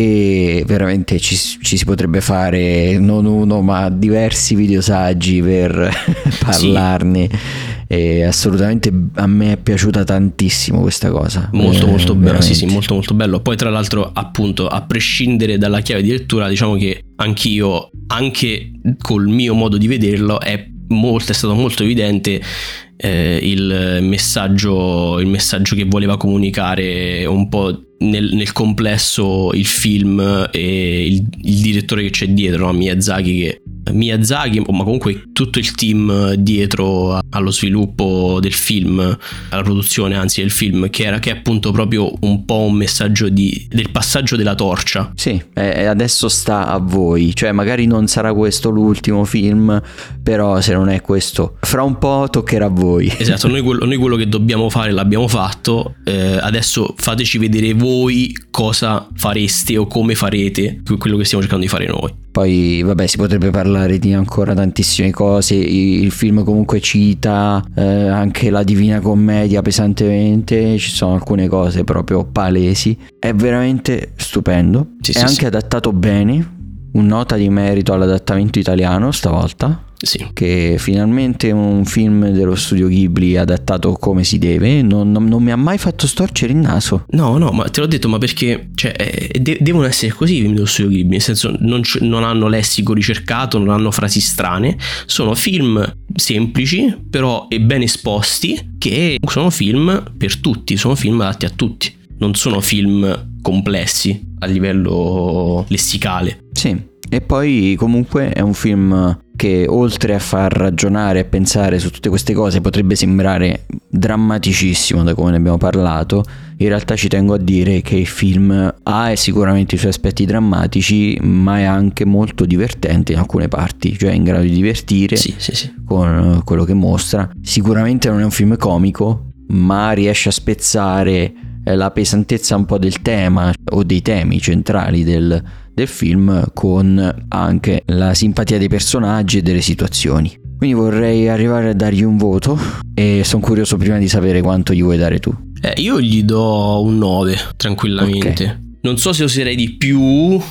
che veramente ci, ci si potrebbe fare non uno ma diversi videosaggi per parlarne. Sì. E assolutamente a me è piaciuta tantissimo questa cosa, molto eh, molto bello, veramente. sì sì, molto molto bello. Poi tra l'altro, appunto, a prescindere dalla chiave di lettura, diciamo che anch'io, anche col mio modo di vederlo, è molto è stato molto evidente eh, il messaggio il messaggio che voleva comunicare un po' nel, nel complesso il film e il, il direttore che c'è dietro, no? Miyazaki, che Miyazaki, ma comunque tutto il team dietro allo sviluppo del film, alla produzione anzi del film, che era che è appunto proprio un po' un messaggio di, del passaggio della torcia. Sì, e adesso sta a voi, cioè magari non sarà questo l'ultimo film, però se non è questo fra un po' toccherà a voi. Esatto, noi quello, noi quello che dobbiamo fare l'abbiamo fatto, eh, adesso fateci vedere voi cosa fareste o come farete quello che stiamo cercando di fare noi. Poi vabbè, si potrebbe parlare di ancora tantissime cose. Il film comunque cita eh, anche la Divina Commedia pesantemente, ci sono alcune cose proprio palesi. È veramente stupendo, sì, è sì, anche sì. adattato bene. Un nota di merito all'adattamento italiano stavolta, sì. Che finalmente un film dello studio Ghibli adattato come si deve. Non, non, non mi ha mai fatto storcere il naso. No, no, ma te l'ho detto, ma perché cioè, eh, de- devono essere così i film dello studio Ghibli, nel senso non, c- non hanno lessico ricercato, non hanno frasi strane, sono film semplici però e ben esposti, che sono film per tutti, sono film adatti a tutti, non sono film complessi a livello lessicale. Sì, e poi comunque è un film che oltre a far ragionare e pensare su tutte queste cose potrebbe sembrare drammaticissimo da come ne abbiamo parlato. In realtà ci tengo a dire che il film ha sicuramente i suoi aspetti drammatici, ma è anche molto divertente in alcune parti, cioè è in grado di divertire, sì, sì, sì. con quello che mostra. Sicuramente non è un film comico, ma riesce a spezzare la pesantezza un po' del tema o dei temi centrali del, del film, con anche la simpatia dei personaggi e delle situazioni. Quindi vorrei arrivare a dargli un voto e sono curioso prima di sapere quanto gli vuoi dare tu. Eh, io gli do un nove tranquillamente. Okay. Non so se oserei di più,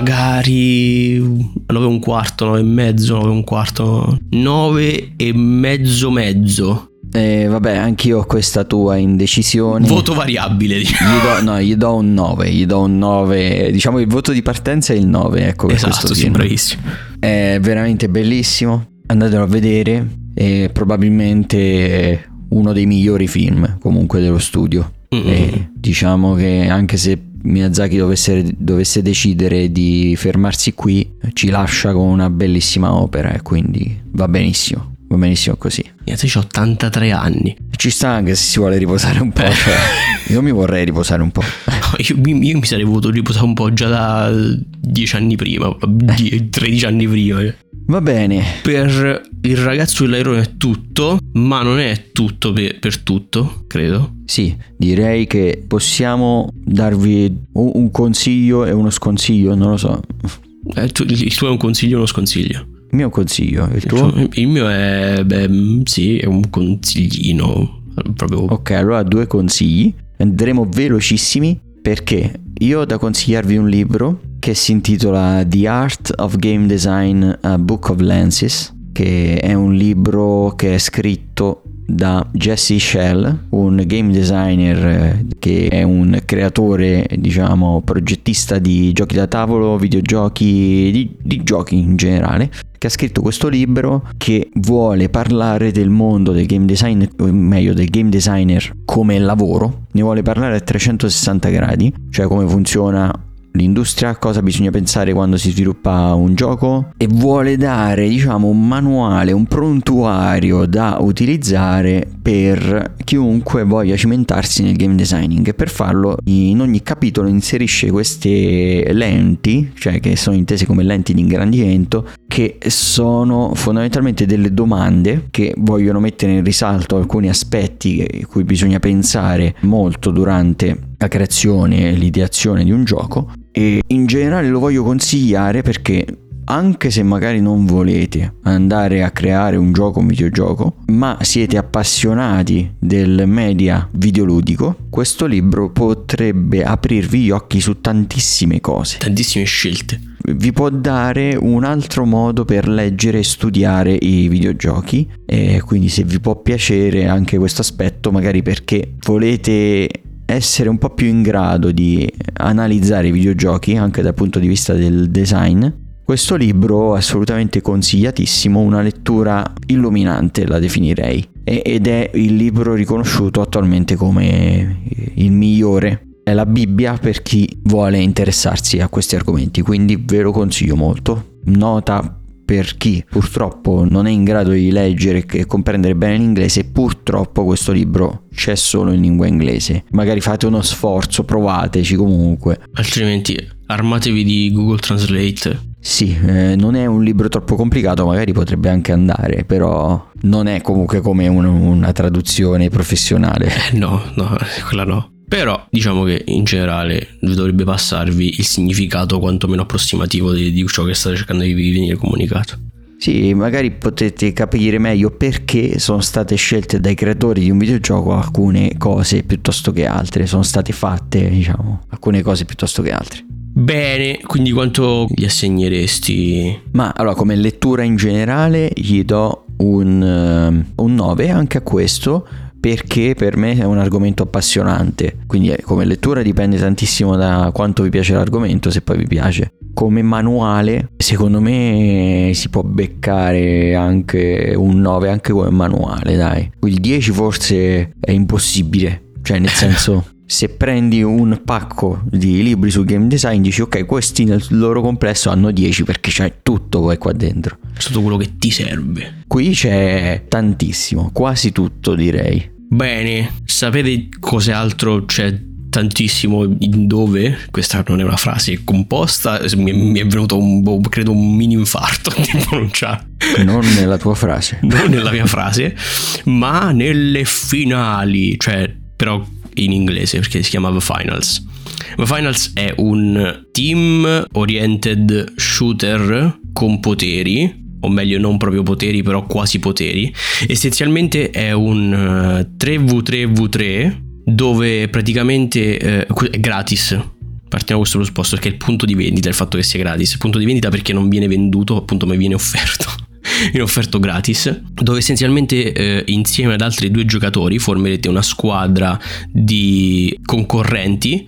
magari nove e un quarto, nove e mezzo, nove e un quarto, nove e mezzo mezzo. Eh, vabbè, anch'io ho questa tua indecisione. Voto variabile, diciamo. Gli do, no, gli do un nove. Gli do un nove. Diciamo il voto di partenza è il nove. Ecco, per esatto, questo sì, film. Bravissimo. È veramente bellissimo. Andatelo a vedere. È probabilmente uno dei migliori film comunque dello studio. E diciamo che anche se Miyazaki dovesse, dovesse decidere di fermarsi qui, ci lascia con una bellissima opera, e quindi va benissimo. Va benissimo così. Io ho ottantatré anni. Ci sta anche se si vuole riposare un po'. Cioè, io mi vorrei riposare un po'. Io, io mi sarei voluto riposare un po' già da dieci anni prima, tredici anni prima. Va bene. Per il ragazzo dell'aerone è tutto, ma non è tutto per, per tutto, credo. Sì, direi che possiamo darvi un consiglio e uno sconsiglio, non lo so. Eh, tu, il tuo è un consiglio e uno sconsiglio? Il mio consiglio, il tuo? Il mio è, beh, sì, è un consiglino proprio. Ok, allora due consigli. Andremo velocissimi perché io ho da consigliarvi un libro che si intitola The Art of Game Design, A Book of Lenses, che è un libro che è scritto da Jesse Schell, un game designer che è un creatore, diciamo, progettista di giochi da tavolo, videogiochi, di, di giochi in generale, che ha scritto questo libro che vuole parlare del mondo del game design, o meglio del game designer come lavoro. Ne vuole parlare a trecentosessanta gradi, cioè come funziona l'industria, cosa bisogna pensare quando si sviluppa un gioco, e vuole dare, diciamo, un manuale, un prontuario da utilizzare per chiunque voglia cimentarsi nel game designing, e per farlo in ogni capitolo inserisce queste lenti, cioè che sono intese come lenti di ingrandimento, che sono fondamentalmente delle domande che vogliono mettere in risalto alcuni aspetti a cui bisogna pensare molto durante la creazione e l'ideazione di un gioco. E in generale lo voglio consigliare perché anche se magari non volete andare a creare un gioco, un videogioco, ma siete appassionati del media videoludico, questo libro potrebbe aprirvi gli occhi su tantissime cose, tantissime scelte. Vi può dare un altro modo per leggere e studiare i videogiochi, e quindi se vi può piacere anche questo aspetto, magari perché volete essere un po' più in grado di analizzare i videogiochi anche dal punto di vista del design, questo libro è assolutamente consigliatissimo, una lettura illuminante la definirei, ed è il libro riconosciuto attualmente come il migliore, è la Bibbia per chi vuole interessarsi a questi argomenti, quindi ve lo consiglio molto. Nota per chi purtroppo non è in grado di leggere e comprendere bene l'inglese, purtroppo questo libro c'è solo in lingua inglese. Magari fate uno sforzo, provateci comunque. Altrimenti armatevi di Google Translate. Sì, eh, non è un libro troppo complicato, magari potrebbe anche andare, però non è comunque come un, una traduzione professionale. Eh, no, no, quella no. Però diciamo che in generale dovrebbe passarvi il significato quantomeno approssimativo di, di ciò che state cercando di venire comunicato. Sì, magari potete capire meglio perché sono state scelte dai creatori di un videogioco alcune cose piuttosto che altre, sono state fatte, diciamo, alcune cose piuttosto che altre. Bene, quindi quanto gli assegneresti? Ma allora, come lettura in generale gli do un, uh, un nove anche a questo, perché per me è un argomento appassionante, quindi come lettura dipende tantissimo da quanto vi piace l'argomento, se poi vi piace. Come manuale secondo me si può beccare anche un nove anche come manuale, dai. Il dieci forse è impossibile, cioè nel senso se prendi un pacco di libri sul game design dici ok, questi nel loro complesso hanno dieci perché c'è tutto poi qua dentro, tutto quello che ti serve. Qui c'è tantissimo, quasi tutto direi. Bene, sapete cos'è altro c'è tantissimo in dove? Questa non è una frase composta, mi, mi è venuto un boh, credo un mini infarto di pronunciare. Non nella tua frase. Non nella mia frase, ma nelle finali, cioè però in inglese perché si chiama The Finals. The Finals è un team oriented shooter con poteri, o meglio non proprio poteri però quasi poteri. Essenzialmente è un tre vu tre vu tre dove praticamente eh, è gratis. Partiamo da questo presupposto perché è il punto di vendita, il fatto che sia gratis. Il punto di vendita perché non viene venduto, appunto, ma viene offerto. Viene offerto gratis, dove essenzialmente eh, insieme ad altri due giocatori formerete una squadra di concorrenti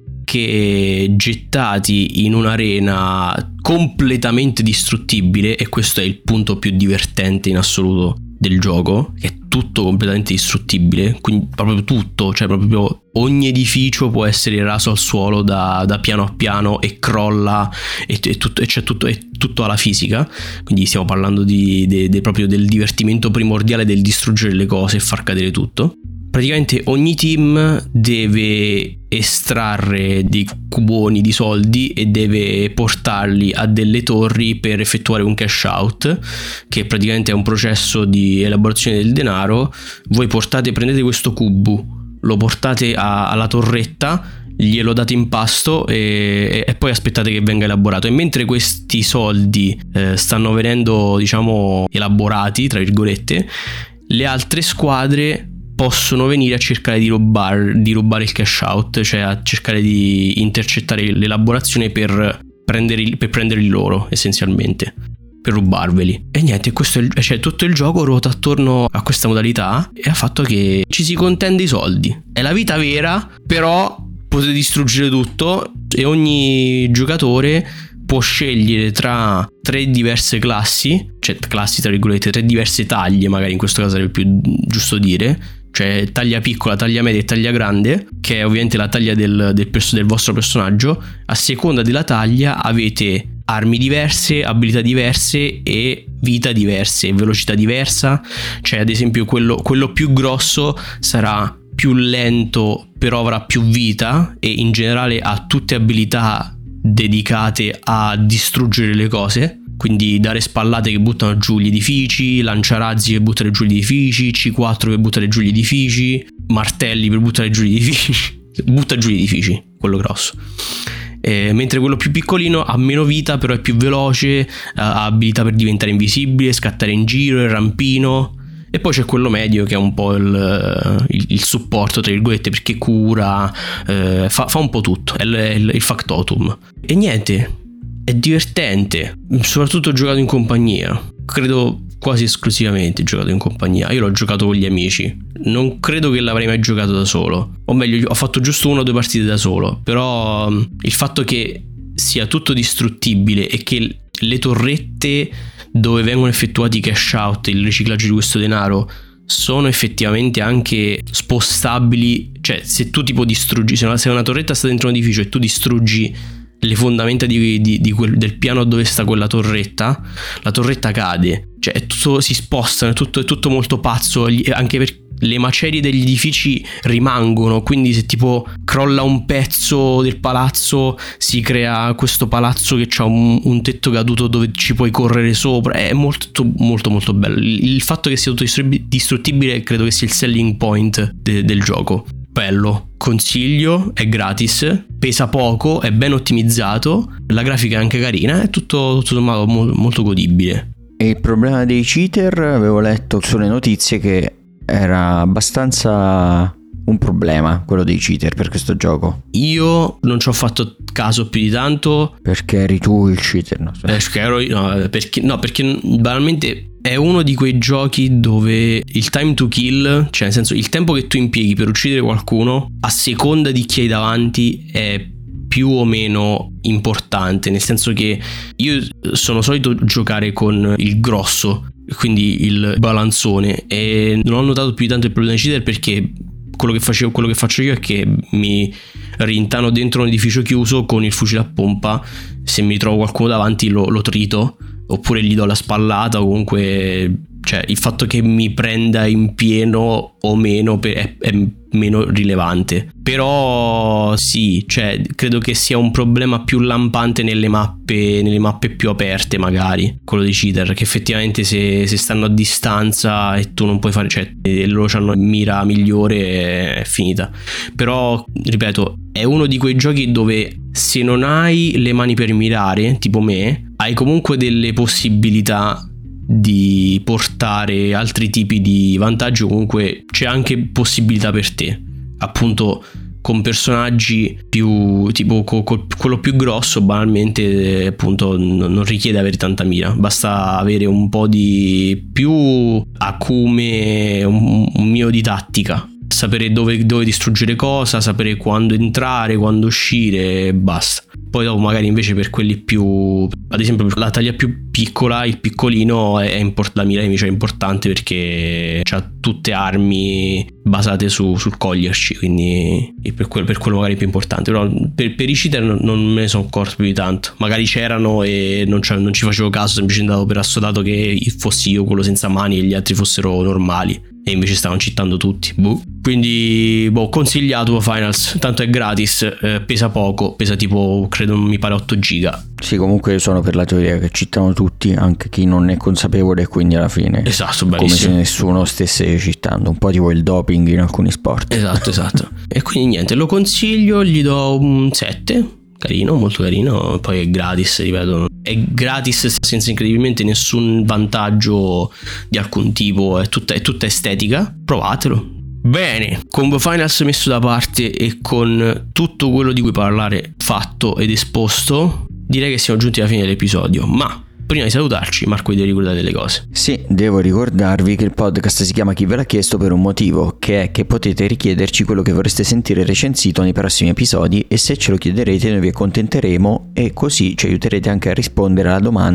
che, gettati in un'arena completamente distruttibile, e questo è il punto più divertente in assoluto del gioco, che è tutto completamente distruttibile, quindi proprio tutto, cioè proprio ogni edificio può essere raso al suolo da, da piano a piano e crolla e, e, tutto, e c'è tutto, è tutto alla fisica, quindi stiamo parlando di, de, de proprio del divertimento primordiale del distruggere le cose e far cadere tutto. Praticamente ogni team deve estrarre dei cuboni di soldi e deve portarli a delle torri per effettuare un cash out, che praticamente è un processo di elaborazione del denaro. Voi portate, prendete questo cubo, lo portate a, alla torretta, glielo date in pasto e, e poi aspettate che venga elaborato, e mentre questi soldi eh, stanno venendo, diciamo, elaborati tra virgolette, le altre squadre possono venire a cercare di rubare, di rubare il cash out, cioè a cercare di intercettare l'elaborazione per prendere, per prenderli loro, essenzialmente, per rubarveli. E niente, questo è il, cioè, tutto il gioco ruota attorno a questa modalità e ha fatto che ci si contende i soldi. È la vita vera, però potete distruggere tutto e ogni giocatore può scegliere tra tre diverse classi, cioè classi tra virgolette, tre diverse taglie, magari in questo caso sarebbe più giusto dire, cioè taglia piccola, taglia media e taglia grande, che è ovviamente la taglia del, del, perso- del vostro personaggio. A seconda della taglia avete armi diverse, abilità diverse e vita diverse, velocità diversa. Cioè ad esempio quello, quello più grosso sarà più lento però avrà più vita e in generale ha tutte abilità dedicate a distruggere le cose, quindi dare spallate che buttano giù gli edifici, lanciarazzi per buttare giù gli edifici, C quattro per buttare giù gli edifici, martelli per buttare giù gli edifici. Butta giù gli edifici, quello grosso. Eh, mentre quello più piccolino ha meno vita però è più veloce, ha abilità per diventare invisibile, scattare in giro, il rampino. E poi c'è quello medio che è un po' il, il, il supporto tra virgolette, perché cura, eh, fa, fa un po' tutto, è il, il, il factotum. E niente, è divertente, soprattutto giocato in compagnia. Credo quasi esclusivamente giocato in compagnia. Io l'ho giocato con gli amici, non credo che l'avrei mai giocato da solo, o meglio ho fatto giusto una o due partite da solo. Però il fatto che sia tutto distruttibile e che le torrette dove vengono effettuati i cash out, il riciclaggio di questo denaro, sono effettivamente anche spostabili. Cioè se tu tipo distruggi, se una, se una torretta sta dentro un edificio e tu distruggi le fondamenta di, di, di quel, del piano dove sta quella torretta, la torretta cade, cioè è tutto, si spostano, è tutto, è tutto molto pazzo, anche perché le macerie degli edifici rimangono, quindi se tipo crolla un pezzo del palazzo si crea questo palazzo che ha un, un tetto caduto dove ci puoi correre sopra. È molto molto molto bello. Il fatto che sia tutto distruttibile credo che sia il selling point de, del gioco. Bello, consiglio, è gratis, pesa poco, è ben ottimizzato, la grafica è anche carina, è tutto, tutto sommato molto godibile. E il problema dei cheater, avevo letto sulle notizie che era abbastanza un problema quello dei cheater per questo gioco. Io non ci ho fatto caso più di tanto. Perché eri tu il cheater? No, perché ero io, no, perché, no, perché banalmente è uno di quei giochi dove il time to kill, cioè nel senso il tempo che tu impieghi per uccidere qualcuno a seconda di chi hai davanti è più o meno importante, nel senso che io sono solito giocare con il grosso, quindi il balanzone, e non ho notato più di tanto il problema di cheater perché quello che facevo, quello che faccio io è che mi rintano dentro un edificio chiuso con il fucile a pompa. Se mi trovo qualcuno davanti lo, lo trito, oppure gli do la spallata, o comunque, cioè il fatto che mi prenda in pieno o meno è, è meno rilevante. Però sì, cioè credo che sia un problema più lampante nelle mappe, nelle mappe più aperte, magari quello dei cheater, che effettivamente se, se stanno a distanza e tu non puoi fare, cioè e loro hanno mira migliore, è finita. Però ripeto, è uno di quei giochi dove se non hai le mani per mirare, tipo me, hai comunque delle possibilità di portare altri tipi di vantaggi, o comunque c'è anche possibilità per te, appunto con personaggi più tipo co- co- quello più grosso banalmente appunto n- non richiede avere tanta mira, basta avere un po' di più acume, un, un mio di tattica, sapere dove, dove distruggere cosa, sapere quando entrare, quando uscire e basta. Poi dopo magari invece per quelli più, ad esempio per la taglia più piccola, il piccolino è, è import- la mira invece è importante perché c'ha tutte armi basate su, sul coglierci, quindi per quello, per quello magari è più importante. Però per, per i cheater non, non me ne sono accorto più di tanto, magari c'erano e non, non ci facevo caso, semplicemente dato per assodato che fossi io quello senza mani e gli altri fossero normali, e invece stavano cheatando tutti. Boh. Quindi boh, consigliato Finals, tanto è gratis, eh, pesa poco, pesa tipo credo mi pare otto giga. Sì, comunque sono per la teoria che cheatano tutti, anche chi non è consapevole, quindi alla fine esatto, come se nessuno stesse cheatando, un po' tipo il doping in alcuni sport. Esatto, esatto. E quindi niente, lo consiglio, gli do un sette. Carino, molto carino. Poi è gratis, ripeto, è gratis senza incredibilmente nessun vantaggio di alcun tipo, è tutta, è tutta estetica. Provatelo. Bene, Combo Finals messo da parte e con tutto quello di cui parlare fatto ed esposto, direi che siamo giunti alla fine dell'episodio. Ma prima di salutarci, Marco, devi ricordare delle cose. Sì, devo ricordarvi che il podcast si chiama Chi ve l'ha chiesto per un motivo, che è che potete richiederci quello che vorreste sentire recensito nei prossimi episodi, e se ce lo chiederete noi vi accontenteremo, e così ci aiuterete anche a rispondere alla domanda: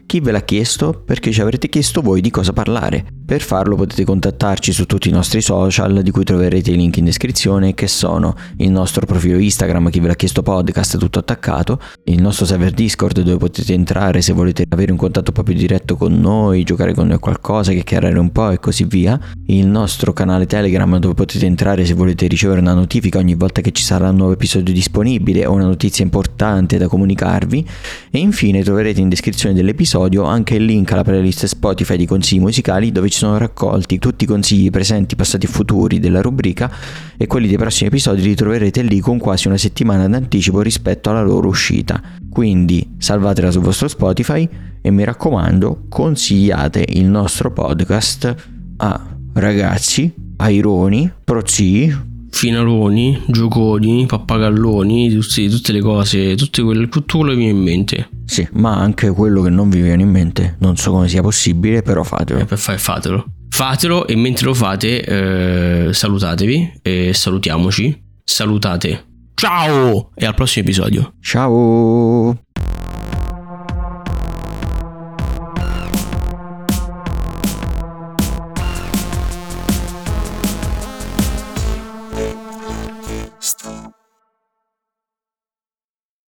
Chi ve l'ha chiesto? Perché ci avrete chiesto voi di cosa parlare. Per farlo potete contattarci su tutti i nostri social, di cui troverete i link in descrizione, che sono il nostro profilo Instagram, Chi ve l'ha chiesto podcast, tutto attaccato, il nostro server Discord dove potete entrare se volete avere un contatto proprio diretto con noi, giocare con noi a qualcosa, chiacchierare un po' e così via, il nostro canale Telegram dove potete entrare se volete ricevere una notifica ogni volta che ci sarà un nuovo episodio disponibile o una notizia importante da comunicarvi, e infine troverete in descrizione dell'episodio anche il link alla playlist Spotify di consigli musicali dove ci sono raccolti tutti i consigli presenti, passati e futuri della rubrica, e quelli dei prossimi episodi li troverete lì con quasi una settimana d'anticipo rispetto alla loro uscita. Quindi salvatela sul vostro Spotify e mi raccomando, consigliate il nostro podcast a ragazzi, aironi, prozii, finaloni, gioconi, pappagalloni, tutti, tutte le cose, tutte quelle, tutto quello che mi viene in mente. Sì, ma anche quello che non vi viene in mente. Non so come sia possibile, però fatelo. Eh, per fare, fatelo. Fatelo, e mentre lo fate eh, salutatevi e salutiamoci. Salutate. Ciao! E al prossimo episodio. Ciao!